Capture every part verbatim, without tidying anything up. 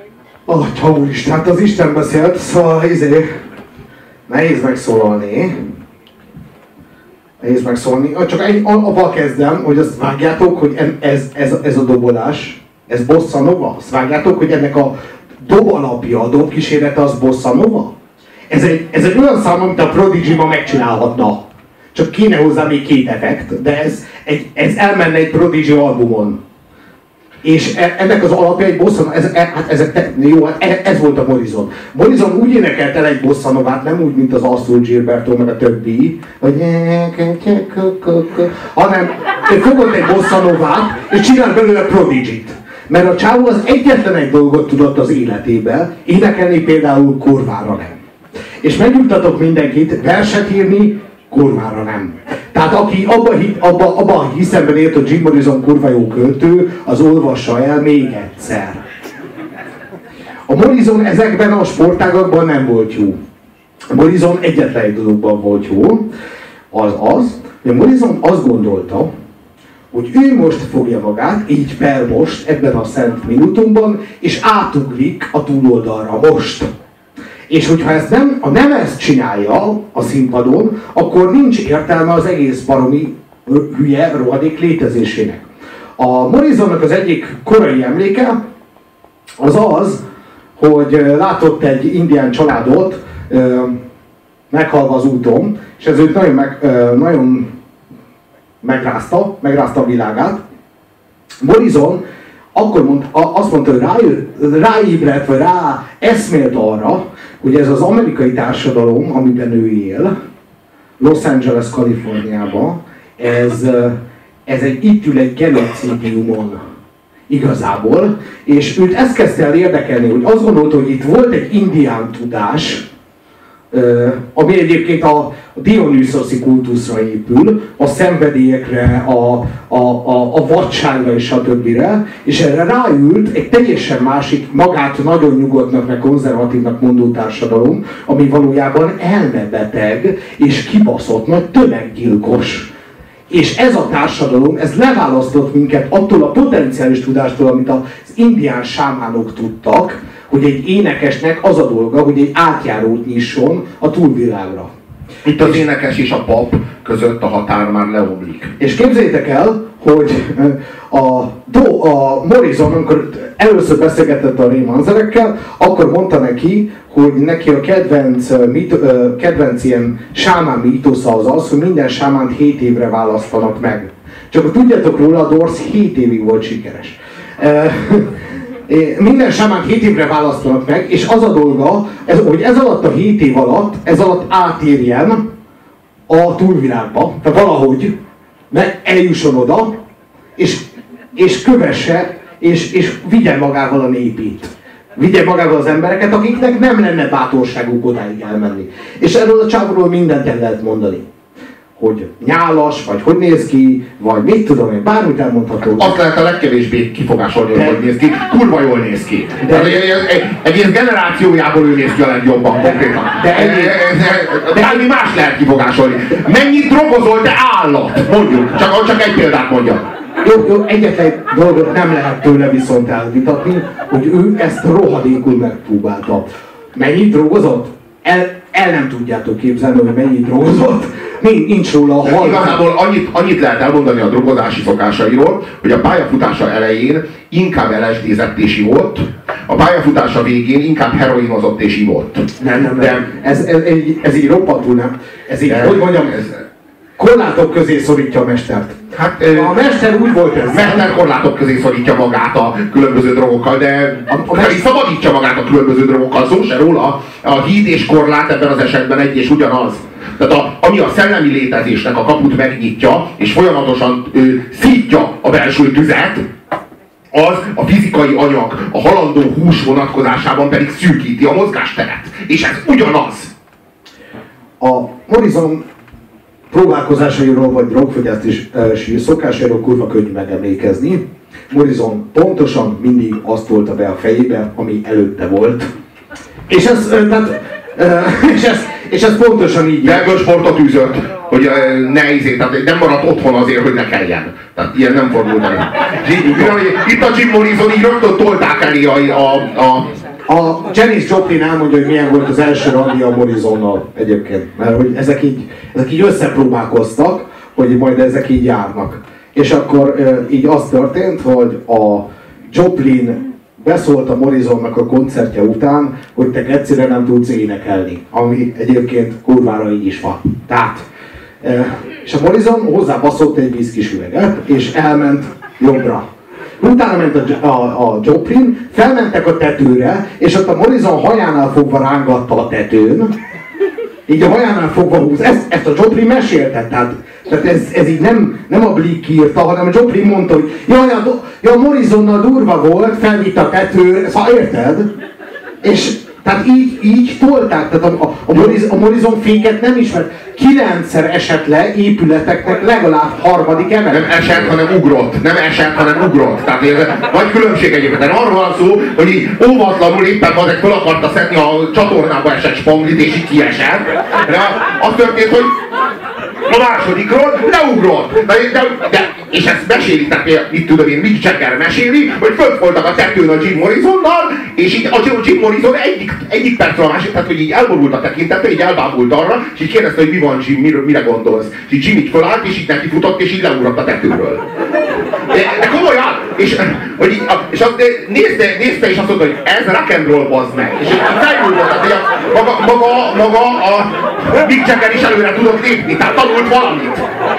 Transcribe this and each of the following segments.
Atya úristen, hát az Isten beszélt, szóval izé, nehéz megszólalni. Nehéz megszólalni. Csak egy, abban kezdem, hogy azt vágjátok, hogy ez, ez, ez a dobolás, ez bossa nova. Azt vágjátok, hogy ennek a dob alapja, a dob kísérlete az bossa nova. Ez egy, ez egy olyan szám, amit a Prodigy ma megcsinálhatna. Csak kéne hozzá még két effekt, de ez, egy, ez elmenne egy Prodigy albumon. És ennek az alapja egy bossa, ez, hát ezek te, jó, hát ez volt a Morrison. Morrison úgy énekelt el egy bossa novát, nem úgy, mint az Astrud Gilberto, meg a többi, hogy hanem fogott egy bossa novát, és csinált belőle Prodigy-t. Mert a csávó az egyetlen egy dolgot tudott az életében, énekelni például kurvára nem. És megnyugtatok mindenkit, verset írni, kurvára nem. Tehát aki abban abba, abba a hiszemben élt, hogy Jim Morrison kurva jó költő, az olvassa el még egyszer. A Morrison ezekben a sportágakban nem volt jó. A Morrison egyetlen egy dologban volt jó, az az, hogy a Morrison azt gondolta, hogy ő most fogja magát, így per most, ebben a szent minutumban, és átugrik a túloldalra most. És hogyha ezt nem, ha nem ezt csinálja a színpadon, akkor nincs értelme az egész baromi hülye rohadék létezésének. A Morrisonnak az egyik korai emléke az az, hogy látott egy indián családot meghalva az úton, és ez őt nagyon, meg, nagyon megrázta, megrázta a világát. Morrison akkor mond, azt mondta, hogy rá, ráébredt, vagy rá eszmélt arra, hogy ez az amerikai társadalom, amiben ő él, Los Angeles, Kaliforniában, ez, ez egy, itt ül egy genocidiumon igazából, és őt ezt kezdte el érdekelni, hogy azt gondolta, hogy itt volt egy indián tudás, ami egyébként a Dionüszoszi kultuszra épül, a szenvedélyekre, a, a, a, a vadságra és a többire, és erre ráült egy teljesen másik, magát nagyon nyugodtnak, meg konzervatívnak mondó társadalom, ami valójában elmebeteg és kibaszott nagy tömeggyilkos. És ez a társadalom, ez leválasztott minket attól a potenciális tudástól, amit az indián sámánok tudtak, hogy egy énekesnek az a dolga, hogy egy átjárót nyisson a túlvilágra. Itt az énekes és a pap között a határ már leomlik. És képzeljétek el, hogy a, Do, a Morrison, amikor először beszélgetett a Ray Manzarekkel, akkor mondta neki, hogy neki a kedvenc, mit, kedvenc ilyen sámán mítosza az az, hogy minden sámánt hét évre választanak meg. Csak tudjátok róla, a Doors hét évig volt sikeres. Minden sámánt hét évre választanak meg, és az a dolga, ez, hogy ez alatt a hét év alatt, ez alatt átérjen a túlvilágba, tehát valahogy meg eljusson oda, és, és kövesse, és, és vigye magával a népét. Vigye magával az embereket, akiknek nem lenne bátorságuk odáig elmenni. És erről a csávóról mindent el lehet mondani. Hogy nyálas, vagy hogy néz ki, vagy mit tudom én, bármit elmondható. Azt lehet a legkevésbé kifogásolni, hogy hogy néz ki. Kurva jól néz ki. De, de egész generációjából ő néz ki a legjobban konkrétan. De, de, de, de ennyi más lehet kifogásolni. Mennyit drogozol, te állat? Mondjuk. Csak, csak egy példát mondja. Jó, jó, egyetlen dolgot nem lehet tőle viszont elvitatni, hogy ő ezt rohadékul megpróbálta. Mennyit drogozott? El, el nem tudjátok képzelni, hogy mennyit drogozott. Nincs róla a hal. Igazából annyit, annyit lehet elmondani a drogozási szokásairól, hogy a pályafutása elején inkább el es dé-zett és ivott, a pályafutása végén inkább heroinozott és ivott. Nem, nem, nem. Ez, ez, ez, ez így roppantul nem. Ez így, de, hogy mondjam, ez, korlátok közé szorítja a mestert. Hát, a mester úgy volt ez. A mester korlátok közé szorítja magát a különböző drogokkal, de a, a mester szabadítja magát a különböző drogokkal, szó se róla. A híd és korlát ebben az esetben egy és ugyanaz. Tehát a, ami a szellemi létezésnek a kaput megnyitja, és folyamatosan ö, szítja a belső tüzet, az a fizikai anyag, a halandó hús vonatkozásában pedig szűkíti a mozgásteret. És ez ugyanaz. A Morrison próbálkozásairól vagy drogfogyasztási szokásairól kurva könnyű megemlékezni. Morrison pontosan mindig azt tolta be a fejébe, ami előtte volt. És ez, tehát, és ez, és ez pontosan így... De ebből sportot űzött. hogy ne izé, tehát nem maradt otthon azért, hogy ne kelljen. Tehát ilyen nem fordult elő. Itt a Jim Morrison így rögtön tolták elé a, a, a A Janis Joplin elmondja, hogy milyen volt az első randi a Morrisonnal egyébként, mert hogy ezek így, ezek így összepróbálkoztak, hogy majd ezek így járnak. És akkor így az történt, hogy a Joplin beszólt a Morrisonnak a koncertje után, hogy te egyszerűen nem tudsz énekelni, ami egyébként kurvára így is van. Tehát, és a Morrison hozzá baszott egy viszkis üveget, és elment jobbra. Utána ment a, a, a Joplin, felmentek a tetőre, és ott a Morrison hajánál fogva rángatta a tetőn. Így a hajánál fogva húz. Ezt, ezt a Joplin mesélte, tehát, tehát ez, ez így nem, nem a Blick írta, hanem a Joplin mondta, hogy jaj, a, ja, a Morrisonnal durva volt, felvitt a tetőre, szóval érted? És tehát így, így tolták, tehát a, a, a, Morrison, a Morrison féket nem ismert. Kilencszer esett le épületeknek legalább harmadik emelet. Nem esett, hanem ugrott. Nem esett, hanem ugrott. Tehát nagy különbség egyébként. De arról van szó, hogy így óvatlanul éppen az egy fel akarta szedni a csatornába esett spanglit, és így kiesett. De az történt, hogy a másodikról leugrott. De, de, de, és ezt meséli, tehát mit tudom én, Mick Jagger meséli, hogy fönt voltak a tetőn a Jim Morrisonnal, és így a Jim Morrison egyik, egyik percről a másik, tehát hogy így elborult a tekintete, így elbábult arra, és így kérdezte, hogy mi van Jim, mire, mire gondolsz. És így Jim így fölállt, és így neki futott, és így leugrott a tetőről. De, de komolyan! És, hogy így, és azt nézte, nézte, és azt mondta, hogy ez rock and roll, bazd meg. És így felmúlott, tehát hogy a, maga, maga, maga a Mick Jagger is előre tudott lépni, tehát tanult valamit.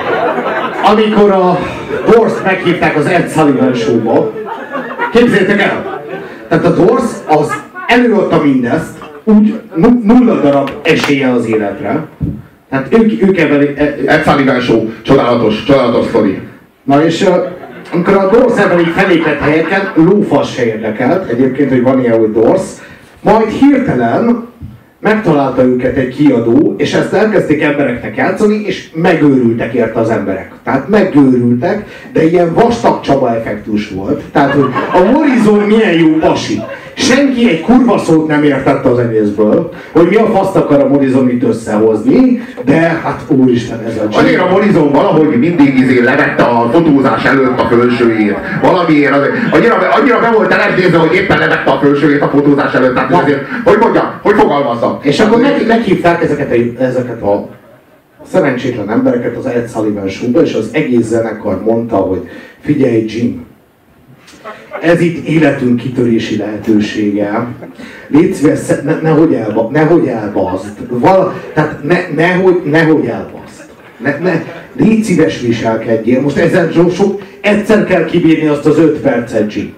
Amikor a Doors-t meghívták az Ed Sullivan Show-ba, képzeljétek el! Tehát a Doors az előadta mindezt, úgy nulla darab esélye az életre. Tehát ők, ők ebben... Ed Sullivan Show, csodálatos, csodálatos sztori. Na és amikor a Doors ebben így felépett helyeken, lófasz se érdekelt, egyébként, hogy van ilyen, hogy Doors, majd hirtelen megtalálta őket egy kiadó, és ezt elkezdték embereknek játszani, és megőrültek érte az emberek. Tehát megőrültek, de ilyen vastag Csaba effektus volt. Tehát, hogy a Morrison milyen jó pasi. Senki egy kurva szót nem értette az egészből, hogy mi a faszt akar a Morrison itt összehozni, de hát úristen ez a Jim. Azért a Morrison valahogy mindig izé levette a fotózás előtt a fölsőjét. Valamiért azért, annyira, annyira be volt telesdézve, hogy éppen levette a fölsőjét a fotózás előtt. Tehát azért, hogy mondja, hogy fogalmazza. És akkor meg, meghívták ezeket a, ezeket a szerencsétlen embereket az Ed Sullivan Show-ba, és az egész zenekar mondta, hogy figyelj Jim, ez itt életünk kitörési lehetősége. Légy szíves, ne, nehogy, elba, nehogy elbaszd. Val, tehát ne, nehogy, nehogy elbaszd. Ne, ne, légy szíves, viselkedjél. Most ezen sok, egyszer kell kibírni azt az öt percet, Jim.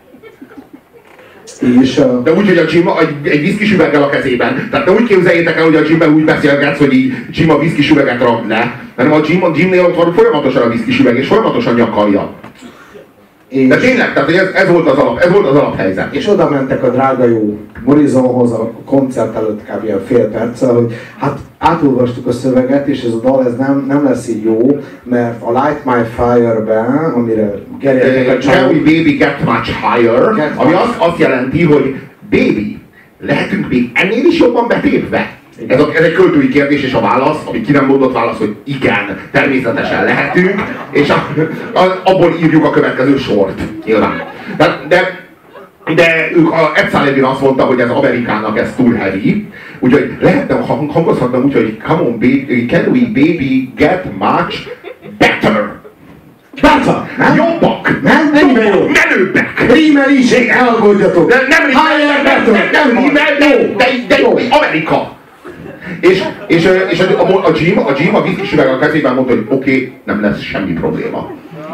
És, uh... de úgy, hogy a Jim egy, egy viszkis üveggel a kezében. Tehát ne úgy képzeljétek el, hogy a Jimben úgy beszélgetsz, hogy így Jim a viszkis üveget ragd le. Hanem a Jim, a Jimnél ott van folyamatosan a viszkis üveg, és folyamatosan nyakalja. És... de tényleg, tehát ez, ez, volt az alap, ez volt az alaphelyzet. És oda mentek a drága jó Morrisonhoz a koncert előtt kb. Fél perccel, hogy hát átolvastuk a szöveget, és ez a dal ez nem, nem lesz így jó, mert a Light My Fire-ben, amire gerjedtek a csávok... Can we baby get much higher? Get ami azt, azt jelenti, hogy baby, lehetünk még ennél is jobban betépve? Ez, a, ez egy költői kérdés, és a válasz, ami ki nem mondott válasz, hogy igen, természetesen lehetünk, és a, a, abból írjuk a következő sort, nyilván. De, de, de ők, a Ed Sullivan azt mondta, hogy ez Amerikának ez túl heavy, úgyhogy lehetne, hangozhatnám úgy, hogy come on baby, can we baby get much better? Better! Nem? Jobbak! Nem? Mennyiben jó? Menőbbek! Rímeliség, elgondjatok! De nem rímel, nem rímel, de, de, de, de Amerika! És, és, és a, a, a Jim, a Jim a viszkis üveg a kezében mondta, hogy oké, okay, nem lesz semmi probléma.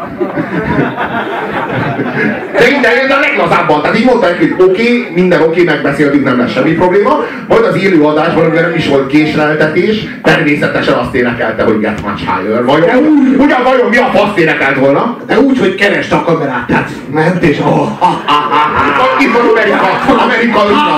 De, de, de a leglazábban, tehát így mondta neki, hogy oké, okay, minden oké, okay, megbeszéltük, nem lesz semmi probléma. Majd az élő adásban, amiben nem is volt késleltetés, természetesen azt énekelte, hogy get much higher. Vajon, úgy, ugyan vajon mi a faszt énekelt volna? De úgy, hogy kereste a kamerát, tehát ment és oh, ha, ha, ha, ha. Itt van Amerika, Amerika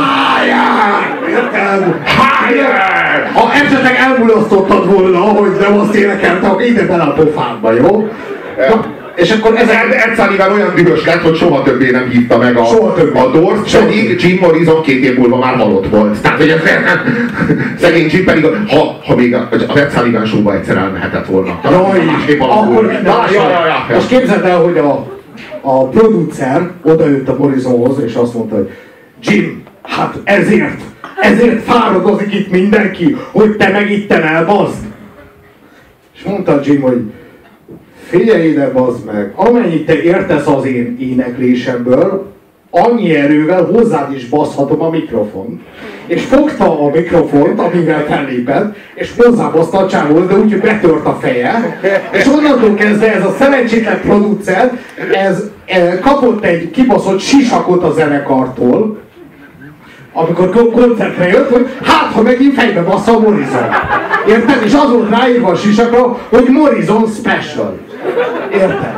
higher! Ha esetleg elmulasztottad volna, hogy nem azt énekelte, akkor ide bele a pofádba, jó? Ja. És akkor ez Ed Sullivan olyan dühös lett, hogy soha többé nem hívta meg a, a Doors, pedig Jim Morrison két év múlva már halott volt. Tehát, hogy ez szegény Jim pedig, ha, ha még az Ed Sullivan show-ba egyszer elmehetett volna. Jaj, akkor, na, ja, ja, ja, ja. most képzeld el, hogy a, a producer odajött a Morrisonhoz, és azt mondta, hogy Jim, hát ezért, ezért fáradozik itt mindenki, hogy te meg itten el, bazd. És mondta Jim, hogy figyelj ide, bazd meg, amennyit te értesz az én éneklésemből, annyi erővel hozzád is baszhatom a mikrofont. És fogta a mikrofont, amivel fellépett, és hozzábaszta a csávóhoz, de úgy, hogy betört a feje. És onnantól kezdve ez a szerencsétlen producer, ez, ez kapott egy kibaszott sisakot a zenekartól, amikor koncertre jött, hogy hát, ha megint fejbe bassza a Morrison. Érted? És az volt ráírva a sisakra, hogy Morrison Special. Érted?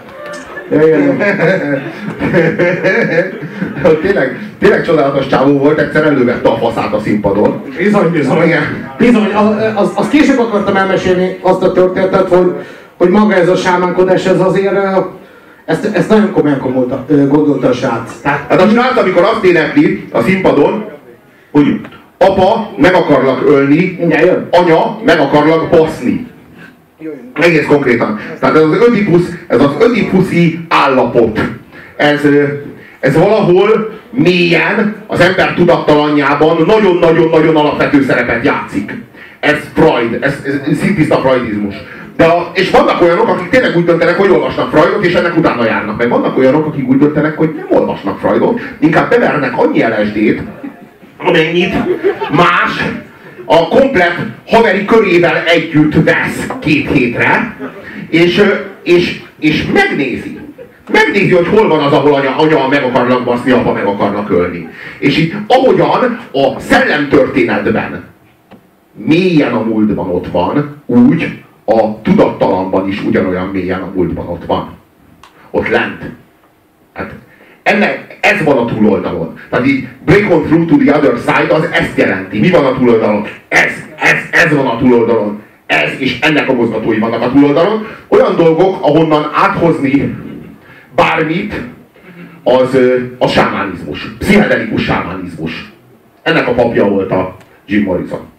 tényleg, tényleg csodálatos csávó volt, egyszer elővette a faszát a színpadon. Bizony, bizony. Bizony, az, az később akartam elmesélni azt a történetet, hogy, hogy maga ez a sámánkodás, ez azért, ezt, ezt nagyon komolyan gondolta a srác. Hát a srác, amikor azt énekli a színpadon, hogy apa, meg akarlak ölni, anya, meg akarlak baszni. Egész konkrétan. Tehát ez az ödipusz, ez az ödipuszi állapot. Ez, ez valahol mélyen az ember tudattalanjában nagyon-nagyon-nagyon alapvető szerepet játszik. Ez Freud, ez, ez szintiszta freudizmus. De a, és vannak olyanok, akik tényleg úgy döntenek, hogy olvasnak Freudot, és ennek utána járnak. Meg vannak olyanok, akik úgy döntenek, hogy nem olvasnak Freudot, inkább bevernek annyi el es dét, amennyit más a komplett haveri körével együtt vesz két hétre, és, és, és megnézi. Megnézi, hogy hol van az, ahol anya, anya meg akarnak baszni, apa meg akarnak ölni. És itt ahogyan a szellemtörténetben mélyen a múltban ott van, úgy a tudattalamban is ugyanolyan mélyen a múltban ott van. Ott lent. Hát ennek, ez van a túloldalon. Tehát így break on through to the other side az ezt jelenti. Mi van a túloldalon? Ez, ez, ez van a túloldalon. Ez és ennek a mozgatói vannak a túloldalon. Olyan dolgok, ahonnan áthozni bármit, az a sámánizmus. Pszichedelikus sámánizmus. Ennek a papja volt a Jim Morrison.